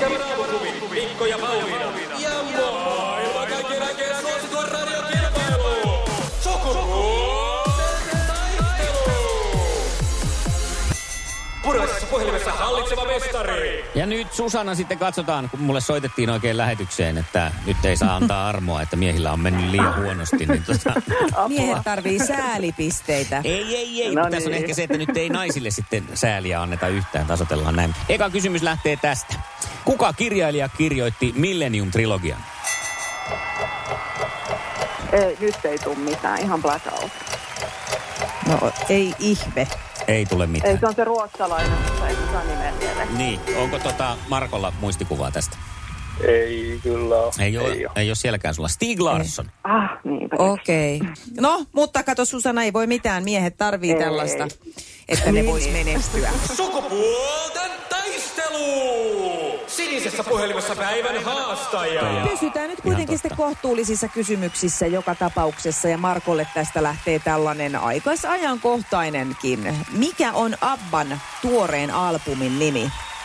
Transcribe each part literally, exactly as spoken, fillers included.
Iskävän aamuklubi, Mikko ja Pauliina. Ja maailman kaikkien aikeen suosituen radiokilpailu. Sukupuolten taistelu. Puraisessa puhelimessa hallitseva mestari. Ja nyt Susanna sitten katsotaan, kun mulle soitettiin oikein lähetykseen, että nyt ei saa antaa armoa, että miehillä on mennyt liian huonosti. Niin tota... Miehet tarvii säälipisteitä. Ei, ei, ei. No Tässä on niin. ehkä se, että nyt ei naisille sitten sääliä anneta yhtään, tasotellaan näin. Eka kysymys lähtee tästä. Kuka kirjailija kirjoitti Millennium-trilogian? Ei, nyt ei tule mitään, ihan blackout. No ei ihme. Ei tule mitään. Ei, se on se ruotsalainen, mutta ei kukaan nimeä tiedä. Niin, onko tota Markolla muistikuvaa tästä? Ei kyllä ole. Ei ole, ei ole. Ei ole sielläkään sulla. Stieg Larsson. Ah, niinpä. Okei. Okay. No, mutta kato Susanna, ei voi mitään. Miehet tarvii Ei. tällaista, että ne vois menestyä. Sukupuolten taistelu. Sinisessä puhelimessa päivän haastaja. Pysytään nyt kuitenkin sitten kohtuullisissa kysymyksissä joka tapauksessa ja Markolle tästä lähtee tällainen aikaisajankohtainenkin. Mikä on Abban tuoreen albumin nimi?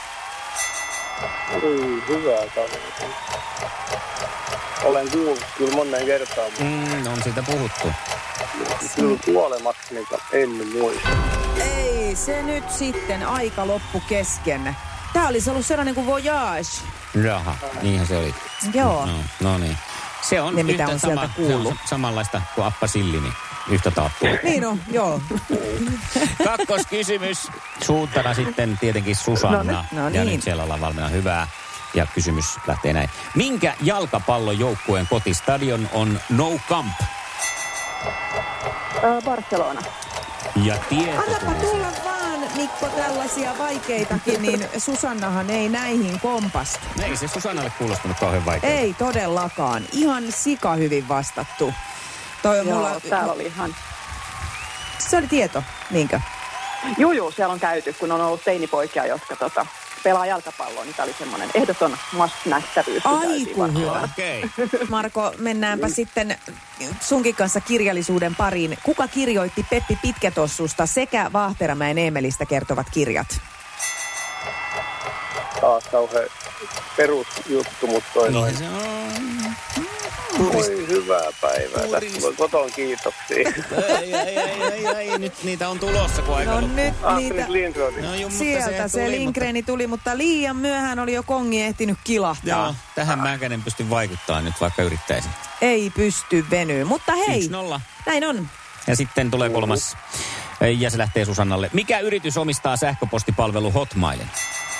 Ui, hyvä kaveri. Olen kuullut kyllä monen kertaan, mutta Mm, on siitä puhuttu. kyllä kuolemaksi niitä en muista. Ei, se nyt sitten aika loppu kesken. Tää olisi ollut sellainen kuin Voyage. Jaha, niinhän se oli. Joo. No, no niin. Se on Ne, yhtä mitä on sama, sieltä se on kuullut. samanlaista kuin Appa Sillini. Yhtä taappua. Niin on, joo. Kakkoskysymys. Suuttana sitten tietenkin Susanna. No ja niin. nyt siellä ollaan valmiina. Hyvää. Ja kysymys lähtee näin. Minkä jalkapallojoukkueen kotistadion on Nou Camp? Äh, Barcelona. Ja tieto Annapa tuli tulla vaan, Mikko, tällaisia vaikeitakin, niin Susannahan ei näihin kompastu. sieltä. Ei se Susannalle kuulostanut kauhean vaikeaa. Ei todellakaan. Ihan sika hyvin vastattu. Toi on Joo, mulla... täällä oli ihan... Se oli tieto, niinkö? Juu, juu, siellä on käyty, kun on ollut teinipoikia, jotka tota, pelaa jalkapalloa, niin tämä oli semmoinen ehdoton must-nähtävyys. kun Ai, käytiin kun hyvä. Barcelonassa. Okei. Marko, mennäänpä sitten sunkin kanssa kirjallisuuden pariin. Kuka kirjoitti Peppi Pitkätossusta sekä Vaahteramäen Eemelistä kertovat kirjat? Taas kauhean perusjuttu, mutta toi Niin noin. se on. Oi, hyvää päivää. Tästä tulee koton kiitoksia. Ei, ei, ei, ei, ei, nyt niitä on tulossa, kun aika No loppuu. nyt Astrid niitä... Lindgren. No juu, mutta Sieltä se, tuli, Lindgreni tuli, mutta liian myöhään oli jo kongi ehtinyt Mutta, kilahtaa. joo, tähän mä en pysty vaikuttaa nyt, vaikka yrittäisin. Ei pysty venyy, mutta hei, Yksi nolla. näin on. Ja sitten tulee kolmas, ja se lähtee Susannalle. Mikä yritys omistaa sähköpostipalvelu Hotmailen?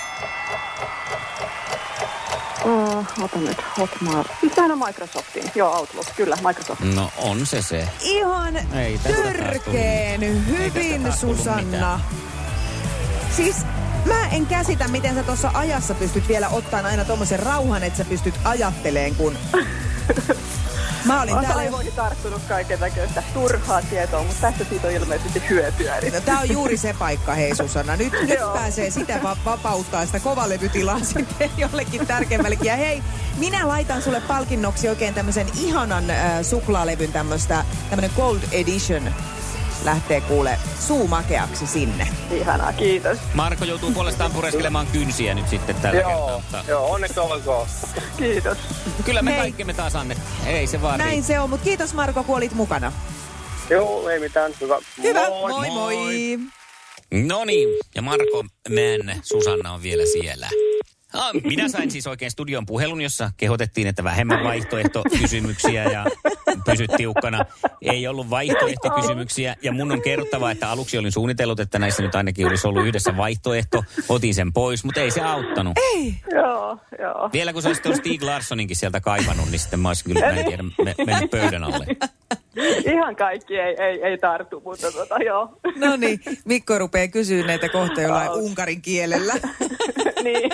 Uh, ota nyt Hotmail. Sehän on Microsoftin. Joo, Outlook. Kyllä, Microsoft. No on se se. Ihan Ei tästä taas törkeen tullut. Ei hyvin, tästä taas tullut Susanna. mitään. Siis mä en käsitä, miten sä tuossa ajassa pystyt vielä ottaan aina tommosen rauhan, että sä pystyt ajatteleen, kun... Mä olin On täällä... aivoihin tarttunut kaiken näköistä turhaa tietoa, mutta tässä siitä on ilmeisesti hyötyä. Eli No, tää on juuri se paikka, hei Susanna. Nyt, nyt Joo. pääsee sitä va- vapauttaa sitä kovalevytilaa sitten jollekin tärkeämmällekin. Ja hei, minä laitan sulle palkinnoksi oikein tämmöisen ihanan äh, suklaalevyn tämmöstä, tämmönen Gold Edition. Lähtee kuule suumakeaksi sinne. ihanaa, kiitos. Marko joutuu puolestaan pureskelemaan kynsiä nyt sitten tällä kertaa. Joo, Mutta joo, onneksi olkoon. Kiitos. kyllä me Hei. kaikki me taas annettiin. Ei se vaan Näin riitä. se on, mutta kiitos Marko, kun olit mukana. Joo, ei mitään. Hyvä. Hyvä, Moi. moi moi. moi. No niin, ja Marko Män, Susanna on vielä siellä. Ah, minä sain siis oikein studion puhelun, jossa kehotettiin, että vähemmän vaihtoehtokysymyksiä ja pysyt tiukkana. Ei ollut vaihtoehtokysymyksiä ja mun on kerrottava, että aluksi olin suunnitellut, että näissä nyt ainakin olisi ollut yhdessä vaihtoehto. Otin sen pois, mutta ei se auttanut. Joo, joo. Vielä kun se olisi tuon Stieg Larssoninkin sieltä kaivannut, niin sitten mä olisin kyllä, mä en tiedä, me, mennyt pöydän alle. Ihan kaikki ei, ei, ei tartu, mutta tota, joo. No niin, Mikko rupeaa kysyä näitä kohta jollain unkarin kielellä. Niin.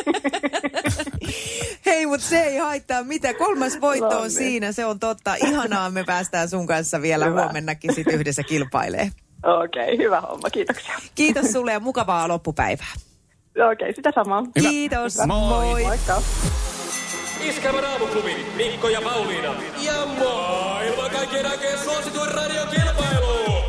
Hei, mutta se ei haittaa mitään. Kolmas voitto No on niin. siinä, se on totta. Ihanaa, me päästään sun kanssa vielä Hyvä. huomennakin sit yhdessä kilpailee. Okei, okay, hyvä homma, kiitoksia. Kiitos sulle ja mukavaa loppupäivää. Okei, okay, sitä samaa. Hyvä. Kiitos. Moi. Moi. Moikka. Iskävän aamuklubi, Mikko ja Pauliina. Ja maailman kaikkien aikeen suosituen radiokilpailu.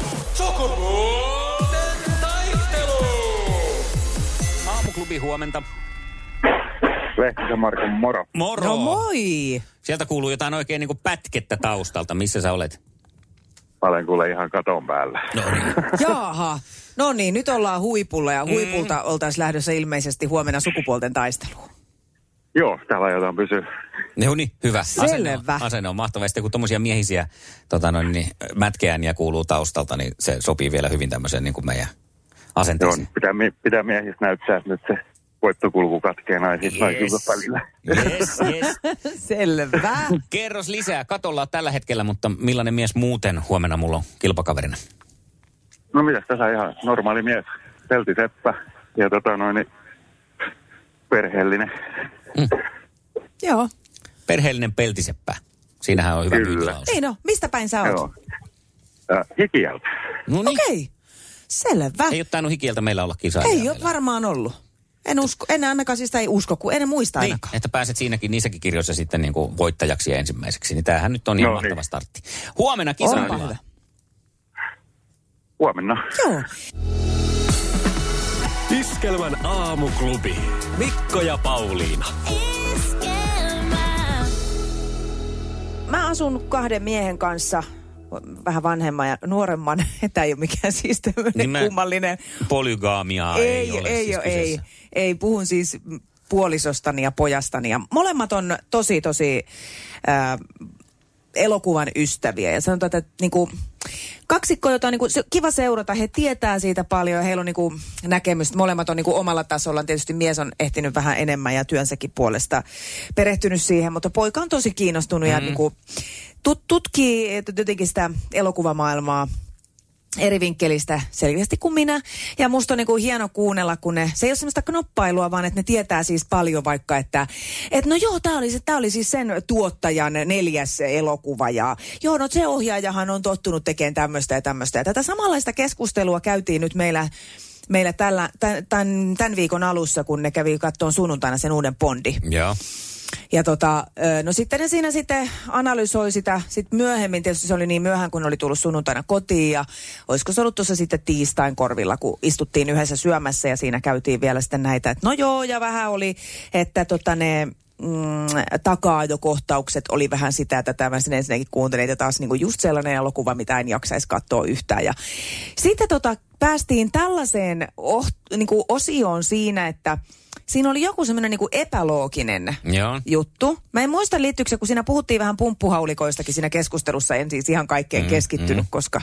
Sukupuolten taistelu. Aamuklubi, huomenta. Lehtisen Markon moro. Moro! No moi! Sieltä kuuluu jotain oikein niin kuin pätkettä taustalta. Missä sä olet? Mä olen kuule ihan katon päällä. No niin. Jaha. No niin, nyt ollaan huipulla ja huipulta mm. oltaisiin lähdössä ilmeisesti huomenna sukupuolten taisteluun. Joo, täällä jotain pysyy. No niin, hyvä. Asenne on, Selvä. asenne on mahtava. Sitten kun tommosia miehisiä tota noin, niin, mätkeääniä kuuluu taustalta, niin se sopii vielä hyvin tämmöiseen niin kuin meidän asenteeseen. Joo, pitää, pitää miehistä näyttää, että nyt se voittokulku katkee naisista Yes. välillä. Yes, yes. Selvä. Kerros lisää. Katolla tällä hetkellä, mutta millainen mies muuten huomenna mulla on kilpakaverina? No mitäs tässä ihan normaali mies, peltiseppä ja tota noin, niin perheellinen. Joo. Perheellinen peltiseppä. Siinähän on hyvä Kyllä. myyntilaus. Niin no, mistä päin sä oot? Joo. Äh, Hikiältä. No niin. Okei. Okay. Selvä. Ei ole tainnut hikieltä meillä olla kisaa. Ei ole varmaan ollut. En usko, en ainakaan siis ei usko, kun en muista Niin, ainakaan. että pääset siinäkin, niissäkin kirjoissa sitten niin kuin voittajaksi ja ensimmäiseksi. Niin tämähän nyt on ihan No mahtava niin. startti. Huomenna Onpa kisaillaan. hyvä. Huomenna. Joo. Iskelmän aamuklubi. Mikko ja Pauliina. Mä asun kahden miehen kanssa, vähän vanhemman ja nuoremman. Tämä ei ole mikään siis tämmöinen Niin mä- kummallinen. Polygaamiaa ei, Ei, ole ei, siis ole, ei, kyseessä. ei. Puhun siis puolisostani ja pojastani. Ja molemmat on tosi, tosi äh, elokuvan ystäviä. Ja sanotaan, että niinku, kaksikko, jota on niinku, se, kiva seurata. He tietää siitä paljon ja heillä on niinku näkemystä. Molemmat on niinku omalla tasolla. Tietysti mies on ehtinyt vähän enemmän ja työnsäkin puolesta perehtynyt siihen. Mutta poika on tosi kiinnostunut mm. ja niinku, tut, tutkii jotenkin sitä elokuvamaailmaa eri vinkkelistä selkeästi kuin minä. Ja musta on niin kuin hieno kuunnella, kun ne, se ei ole semmoista knoppailua, vaan että ne tietää siis paljon vaikka, että et no joo, tää oli, se, tää oli siis sen tuottajan neljäs elokuva ja joo, no se ohjaajahan on tottunut tekemään tämmöistä ja tämmöistä. Ja tätä samanlaista keskustelua käytiin nyt meillä meillä tällä, tämän, tämän viikon alussa, kun ne kävi kattoon sunnuntaina sen uuden Bondi. Joo. Ja tota, no sitten ne siinä sitten analysoi sitä sitten myöhemmin. Tietysti se oli niin myöhään, kun ne oli tullut sunnuntaina kotiin. Ja olisiko se ollut tuossa sitten tiistain korvilla, kun istuttiin yhdessä syömässä ja siinä käytiin vielä sitten näitä. Että no joo, ja vähän oli, että tota ne mm, taka-ajokohtaukset oli vähän sitä, että tämä sinne ensinnäkin kuuntelin, että taas niinku just sellainen elokuva, mitä en jaksaisi katsoa yhtään. Ja sitten tota, päästiin tällaiseen oh, niinku osioon siinä, että siinä oli joku semmoinen niinku epälooginen Joo. juttu. Mä en muista liittyykö se, kun siinä puhuttiin vähän pumppuhaulikoistakin siinä keskustelussa. En siis ihan kaikkeen mm, keskittynyt, mm. koska...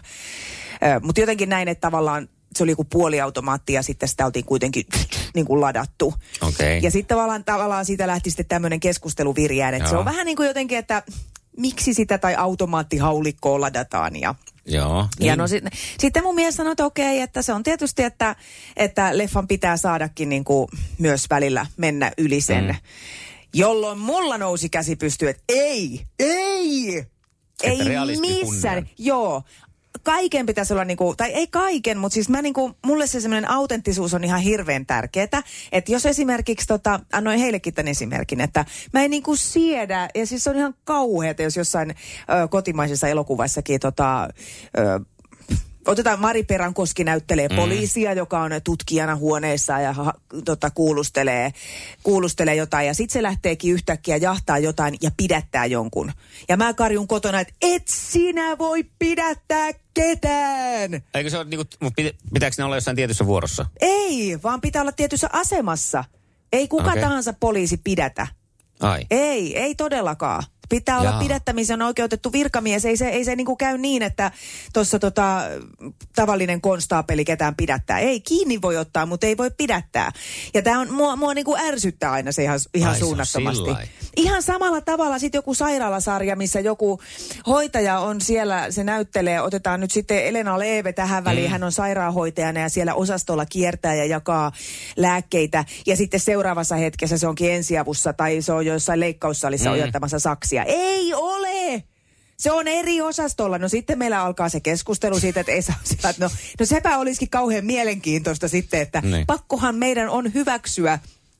Äh, mutta jotenkin näin, että tavallaan se oli joku puoliautomaatti ja sitten sitä oltiin kuitenkin niin kuin ladattu. Okay. Ja sitten tavallaan, tavallaan siitä lähti sitten tämmöinen keskustelu virjään. Että se on vähän niin kuin jotenkin, että miksi sitä tai automaattihaulikkoa ladataan ja... Joo. Ja Niin. no sit, sitten mun mies sanoi, että okei, että se on tietysti, että, että leffan pitää saadakin niin kuin myös välillä mennä yli sen. Mm. Jolloin mulla nousi käsi pystyyn, että ei, ei, Että ei realismi missään. kunniaan. Joo. Kaiken pitäisi olla niinku, tai ei kaiken, mutta siis mä niinku, mulle se semmoinen autenttisuus on ihan hirveän tärkeetä. Että jos esimerkiksi, tota, annoin heillekin tämän esimerkin, että mä en niinku siedä, ja siis se on ihan kauheata, jos jossain ö, kotimaisessa elokuvassakin tota... Ö, otetaan Mari Perankoski näyttelee mm. poliisia, joka on tutkijana huoneessa ja ha, tota, kuulustelee, kuulustelee jotain. Ja sitten se lähteekin yhtäkkiä jahtaa jotain ja pidättää jonkun. Ja mä karjun kotona, että et sinä voi pidättää ketään. Eikö se ole, niin kuin, pitääkö ne olla jossain tietyssä vuorossa? Ei, vaan pitää olla tietyssä asemassa. Ei kuka Okei. tahansa poliisi pidätä. Ai. Ei, ei todellakaan. Pitää olla Jaa. pidättämisen oikeutettu virkamies. Ei se, ei se niinku käy niin, että tuossa tota, tavallinen konstaapeli ketään pidättää. Ei, kiinni voi ottaa, mutta ei voi pidättää. Ja tämä on, mua, mua niinku ärsyttää aina se ihan, ihan Ai, se on suunnattomasti. sillai. Ihan samalla tavalla sitten joku sairaalasarja, missä joku hoitaja on siellä, se näyttelee, otetaan nyt sitten Elena Leeve tähän väliin, mm. hän on sairaanhoitajana ja siellä osastolla kiertää ja jakaa lääkkeitä. Ja sitten seuraavassa hetkessä se onkin ensiavussa tai se on jossain leikkaussalissa mm. ojottamassa saksia. Ei ole! Se on eri osastolla. No sitten meillä alkaa se keskustelu siitä, että ei saa sillä, että no, no sepä olisikin kauhean mielenkiintoista sitten, että niin. pakkohan meidän on hyväksyä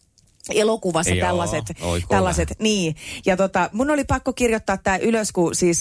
elokuvassa Joo, tällaiset, oiko tällaiset, niin. Ja tota, mun oli pakko kirjoittaa tää ylös, kun siis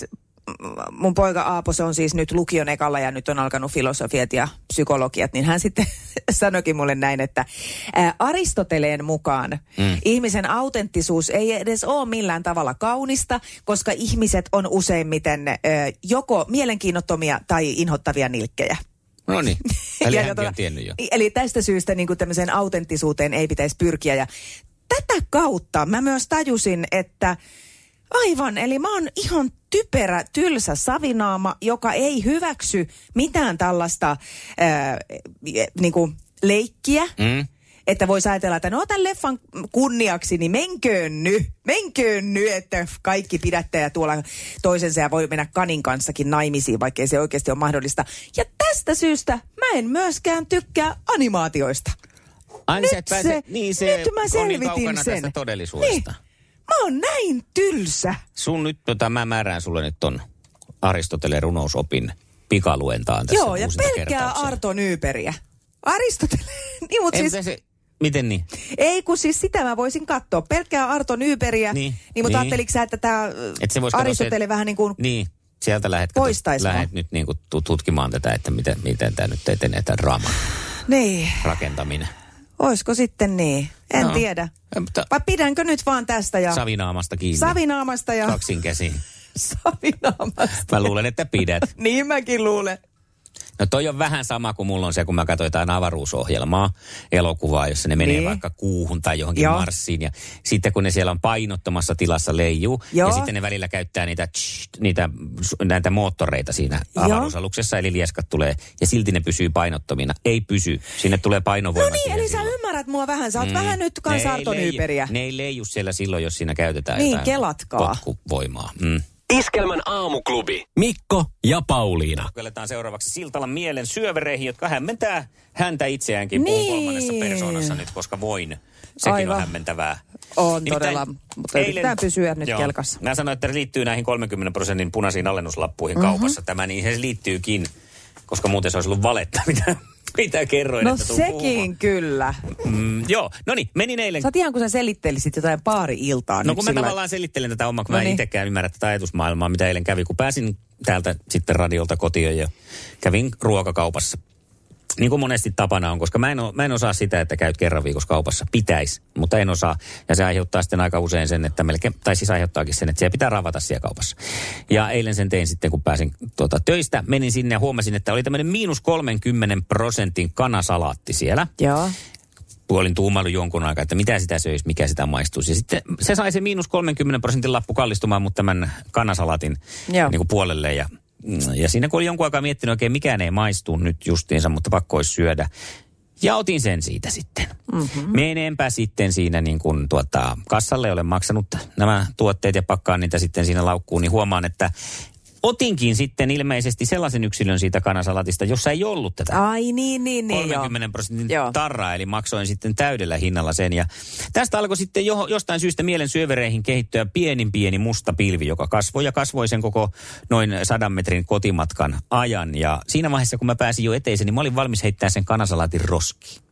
mun poika Aapo, se on siis nyt lukion ekalla ja nyt on alkanut filosofiat ja psykologiat, niin hän sitten sanoikin mulle näin, että ää, Aristoteleen mukaan mm. ihmisen autenttisuus ei edes ole millään tavalla kaunista, koska ihmiset on useimmiten ää, joko mielenkiinnottomia tai inhottavia nilkkejä. No niin, eli hänkin on tiennyt jo. Eli tästä syystä niin kuin tämmöiseen autenttisuuteen ei pitäisi pyrkiä. Ja tätä kautta mä myös tajusin, että aivan, eli mä oon ihan typerä, tylsä savinaama, joka ei hyväksy mitään tällaista ää, niin kuin leikkiä. Mm. Että voisi ajatella, että no tämän leffan kunniaksi, niin menköön nyt, menköön nyt, että kaikki pidättää tuolla toisensa ja voi mennä kanin kanssakin naimisiin, vaikka ei se oikeasti ole mahdollista. Ja tästä syystä mä en myöskään tykkää animaatioista. Ai, nyt, se, pääse, se, niin se nyt mä on niin selvitin kaukana sen. tästä todellisuudesta. Niin. Mä oon näin tylsä. Sun nyt, tota, mä määrään sulle nyt ton Aristoteleen runousopin pikaluentaan tässä. Joo, ja pelkkää Arto Nyyperiä. Aristoteleen. niin, mut siis... se... Miten niin? Ei, kun siis sitä mä voisin katsoa. Pelkkää Arto Nyyperiä. Niin, niin mutta niin. Ajatteliko sä, että tämä Aristotele vähän niin kuin niin, sieltä lähdet, poistaisi lähdet nyt niin kuin tutkimaan tätä, että miten, miten tämä nyt etenee, tämä draaman niin. rakentaminen. Oisko sitten niin? En no. tiedä. Mutta vai pidänkö nyt vaan tästä ja... Savinaamasta kiinni. Savinaamasta ja... Kaksin käsiin. Savinaamasta. Mä luulen, että pidät. Niin mäkin luulen. No toi on vähän sama kuin mulla on se, kun mä katsoin jotain avaruusohjelmaa, elokuvaa, jossa ne menee niin. vaikka kuuhun tai johonkin Joo. Marsiin. Ja sitten kun ne siellä on painottomassa tilassa leijuu, Joo. ja sitten ne välillä käyttää niitä, tsh, niitä näitä moottoreita siinä avaruusaluksessa, eli lieskat tulee, ja silti ne pysyy painottomina. Ei pysy. Sinne tulee painovoima. No niin, eli silloin. Sä ymmärrät mua vähän. Sä oot mm. vähän nyt kanssa Arto Nyyperiä. Ne ei leiju siellä silloin, jos siinä käytetään niin, jotain kelatkaa. potkuvoimaa. Mm. Iskelmän aamuklubi. Mikko ja Pauliina. Keletaan seuraavaksi Siltalan mielen syövereihin, jotka hämmentää häntä itseäänkin niin. puhun kolmannessa persoonassa nyt, koska voin. Sekin Aivan. on hämmentävää. On Nimittäin todella, mutta eilen, pitää pysyä nyt joo, kelkassa. Mä sanoin, että liittyy näihin kolmenkymmenen prosentin punaisiin alennuslappuihin mm-hmm. kaupassa. Tämä niin se liittyykin, koska muuten se olisi ollut valetta, mitä, mitä kerroin, no että tuun sekin puhumaan. Kyllä. Mm, joo, no niin, menin eilen. Sä oot ihan kun sä selittelisit jotain baari-iltaa. No kun mä sillä... tavallaan selittelen tätä omaa, kun no mä en niin. itsekään ymmärrä tätä ajatusmaailmaa, mitä eilen kävi. Kun pääsin täältä sitten radiolta kotiin ja kävin ruokakaupassa. Niin kuin monesti tapana on, koska mä en, o, mä en osaa sitä, että käyt kerran viikossa kaupassa. Pitäisi, mutta en osaa. Ja se aiheuttaa sitten aika usein sen, että melkein, tai siis aiheuttaakin sen, että siellä pitää ravata siellä kaupassa. Ja eilen sen tein sitten, kun pääsin tuota, töistä. Menin sinne ja huomasin, että oli tämmöinen miinus kolmenkymmenen prosentin kanasalaatti siellä. Joo. Olin tuumaillut jonkun aikaa, että mitä sitä söisi, mikä sitä maistuisi. Ja sitten se sai se miinus kolmenkymmenen prosentin lappu kallistumaan mut tämän kanasalaatin niin kuin puolelle ja... Ja siinä kun olin jonkun aikaa miettinyt oikein, mikään ei maistu nyt justiinsa, mutta pakko olisi syödä. Ja otin sen siitä sitten. Mm-hmm. Menenpä sitten siinä niin kuin tuota, kassalle, olen maksanut nämä tuotteet ja pakkaan niitä sitten siinä laukkuun, niin huomaan, että otinkin sitten ilmeisesti sellaisen yksilön siitä kanasalatista, jossa ei ollut tätä Ai niin, niin, niin, kolmenkymmenen prosentin tarraa, eli maksoin sitten täydellä hinnalla sen. Ja tästä alkoi sitten jo, jostain syystä mielen syövereihin kehittyä pienin pieni musta pilvi, joka kasvoi ja kasvoi sen koko noin sadan metrin kotimatkan ajan. Ja siinä vaiheessa, kun mä pääsin jo eteisen, niin mä olin valmis heittämään sen kanasalaatin roskiin.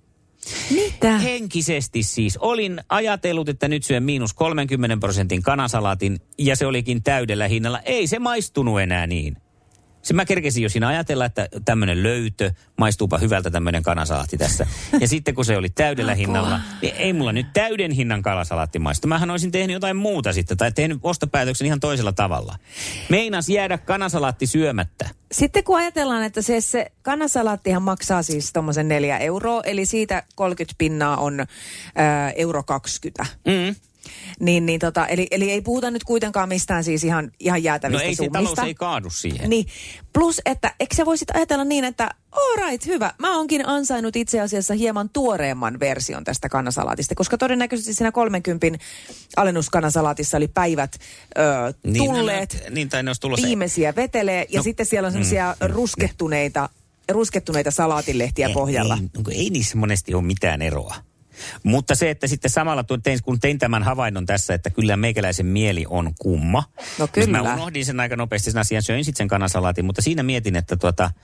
Mitä? Henkisesti siis. Olin ajatellut, että nyt syön miinus kolmenkymmenen prosentin kanasalaatin ja se olikin täydellä hinnalla. Ei se maistunut enää niin. Se mä kerkesin jo siinä ajatella, että tämmöinen löytö, maistuupa hyvältä tämmöinen kanasalaatti tässä. Ja sitten kun se oli täydellä hinnalla, niin ei mulla nyt täyden hinnan kanasalaatti maistu. Mähän olisin tehnyt jotain muuta sitten tai tehnyt ostopäätöksen ihan toisella tavalla. Meinas jäädä kanasalaatti syömättä. Sitten kun ajatellaan, että se, se kanasalaattihan maksaa siis tommosen neljä euroa, eli siitä kolmekymmentä pinnaa on ää, euro kaksikymmentä. Mm. Niin, niin tota, eli, eli ei puhuta nyt kuitenkaan mistään siis ihan, ihan jäätävistä summista. summista. No ei se talous ei kaadu siihen. Niin, plus että eikö sä voisit ajatella niin, että all right, hyvä. Mä oonkin ansainnut itse asiassa hieman tuoreemman version tästä kanasalaatista, koska todennäköisesti siinä kolmenkympin alennuskanasalaattissa oli päivät ö, tulleet, niin, no, niin, tai ne olisi tullut viimeisiä vetelee ja no, sitten siellä on semmoisia mm, ruskettuneita, ruskettuneita salaatinlehtiä ei, pohjalla. Ei, ei niissä monesti ole mitään eroa. Mutta se, että sitten samalla tein, kun tein tämän havainnon tässä, että kyllä meikäläisen mieli on kumma. No kyllä. Mä unohdin sen aika nopeasti sen asian, söin sitten sen kanasalaatin, mutta siinä mietin, että tuota,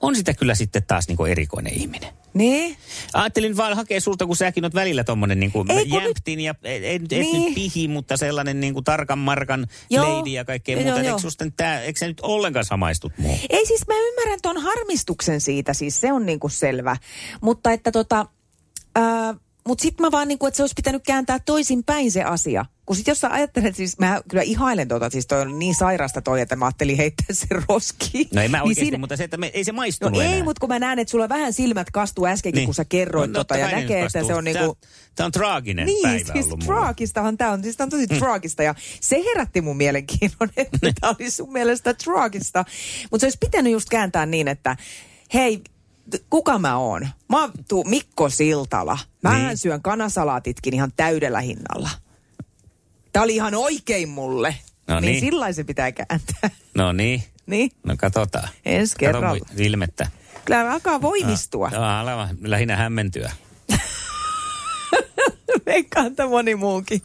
on sitä kyllä sitten taas niinku erikoinen ihminen. Niin? Ajattelin vaan hakea sulta, kun säkin oot välillä tommonen niinku jämptin ja ei, ei niin. nyt pihi, mutta sellainen niinku tarkan markan lady ja kaikkea muuta. Eikö, susta tää, eikö sä nyt ollenkaan samaistut muuhun? Ei siis, mä ymmärrän ton harmistuksen siitä, siis se on niinku selvä. Mutta että tota, ää, mut sit mä vaan niinku, että se olisi pitänyt kääntää toisinpäin se asia. Kun sit jos sä ajattelet, siis mä kyllä ihailen tota, siis toi on niin sairasta toi, että mä ajattelin heittää sen roskiin. No ei mä oikeesti, niin siinä... mutta se, että me, ei se maistunut no enää. ei, mutta kun mä näen, että sulla vähän silmät kastuu äskenkin, niin. kun sä kerroit no, tota ja näkee, että se on niinku... Tää on traaginen niin, päivä siis ollut mulle. traagistahan tää on, siis tää on tosi mm. traagista ja se herätti mun mielenkiinnon, että tää oli sun mielestä traagista. Mutta se olisi pitänyt just kääntää niin, että hei, kuka mä oon? Mä oon tuu Mikko Siltala. Mähän niin. syön kanasalaatitkin ihan täydellä hinnalla. Tää oli ihan oikein mulle. No niin. Niin sillain se pitää kääntää. No niin. Niin? No katsotaan. Ensi kerralla. Kato ilmettä. Kyllä alkaa voimistua. No, alkaa lähinnä hämmentyä. Veikkaan, että moni muukin.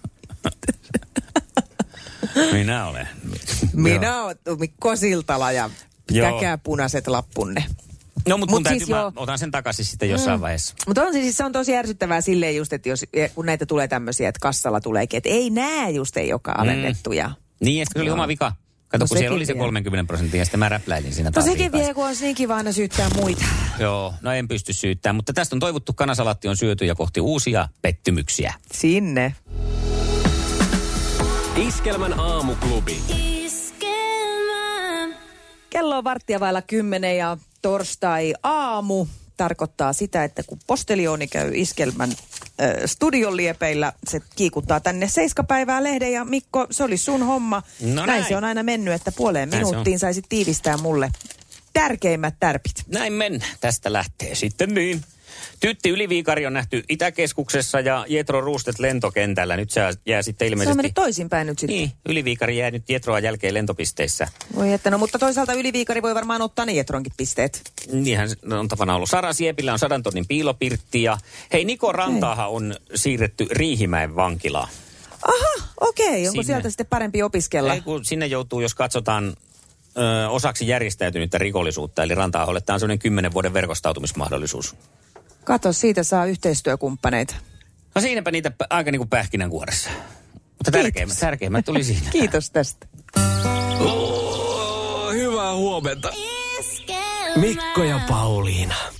Minä olen. Minä olen Mikko Siltala ja pitäkää punaiset lappunne. No, mutta mun Mut täytyy, siis mä otan sen takaisin sitten jossain mm. vaiheessa. Mutta on siis, se on tosi ärsyttävää silleen just, että jos, kun näitä tulee tämmöisiä, että kassalla tuleekin, että ei nää just ei olekaan alennettu. Ja... Niin, ja se oli oma vika. Kato, no, kun siellä oli se kolmekymmentä prosenttia, ja sitten mä räpläilin siinä taas. No sekin vie, kun olisi niin kiva aina syyttää muita. Joo, no en pysty syyttämään, mutta tästä on toivottu, kanasalaatti on syöty ja kohti uusia pettymyksiä. Sinne. Iskelmän aamuklubi. Kello on varttia vailla kymmenen ja torstai aamu tarkoittaa sitä, että kun postelioni käy Iskelmän äh, studion liepeillä, se kiikuttaa tänne seiskapäivää lehden ja Mikko, se oli sun homma. No näin. näin se on aina mennyt, että puoleen näin minuuttiin saisit tiivistää mulle tärkeimmät tärpit. Näin mennään. Tästä lähtee sitten niin. Tytti Yliviikari on nähty Itäkeskuksessa ja Jetro Roostet lentokentällä. Nyt se jää sitten ilmeisesti... Se on mennyt toisinpäin nyt sitten. Niin, Yliviikari jää nyt Jetroa jälkeen lentopisteissä. Voi että no, mutta toisaalta Yliviikari voi varmaan ottaa ne Jetronkin pisteet. Niinhän on tapana ollut. Sara Siepillä on sadan tonnin piilopirtti ja hei, Niko Rantaahan on siirretty Riihimäen vankilaan. Aha, okei. Okay. Onko sinne sieltä sitten parempi opiskella? Ei, kun sinne joutuu, jos katsotaan ö, osaksi järjestäytynyttä rikollisuutta, eli Rantaaholle tämä on sellainen kymmenen vuoden verkostautumismahdollisuus. Kato, siitä saa yhteistyökumppaneita. No siinäpä niitä aika niin kuin pähkinänkuoressa. Mutta tärkeimmät, tärkeimmät tuli siinä. Kiitos tästä. Oh, hyvää huomenta. Mikko ja Pauliina.